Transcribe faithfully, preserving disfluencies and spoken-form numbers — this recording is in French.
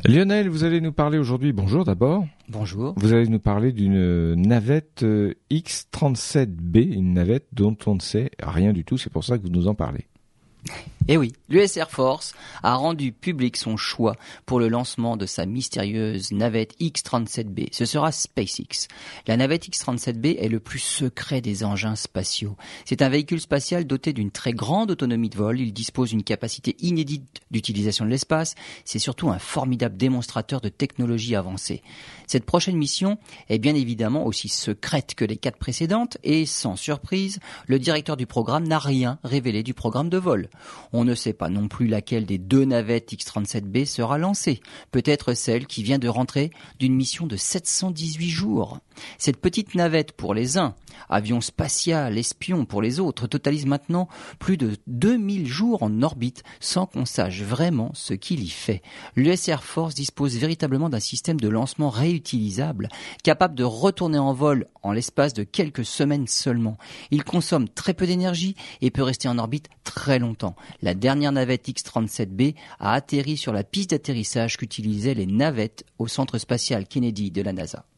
Lionel, vous allez nous parler aujourd'hui, bonjour d'abord. Bonjour. Vous allez nous parler d'une navette X trente-sept B, une navette dont on ne sait rien du tout, c'est pour ça que vous nous en parlez. Eh oui, l'U S Air Force a rendu public son choix pour le lancement de sa mystérieuse navette X trente-sept B. Ce sera SpaceX. La navette X trente-sept B est le plus secret des engins spatiaux. C'est un véhicule spatial doté d'une très grande autonomie de vol. Il dispose d'une capacité inédite d'utilisation de l'espace. C'est surtout un formidable démonstrateur de technologie avancée. Cette prochaine mission est bien évidemment aussi secrète que les quatre précédentes et, sans surprise, le directeur du programme n'a rien révélé du programme de vol. On ne sait pas non plus laquelle des deux navettes X trente-sept B sera lancée. Peut-être celle qui vient de rentrer d'une mission de sept cent dix-huit jours. Cette petite navette pour les uns, avion spatial, espion pour les autres, totalise maintenant plus de deux mille jours en orbite sans qu'on sache vraiment ce qu'il y fait. L'U S Air Force dispose véritablement d'un système de lancement réutilisable, capable de retourner en vol en l'espace de quelques semaines seulement. Il consomme très peu d'énergie et peut rester en orbite très longtemps. La dernière navette X trente-sept B a atterri sur la piste d'atterrissage qu'utilisaient les navettes au centre spatial Kennedy de la NASA.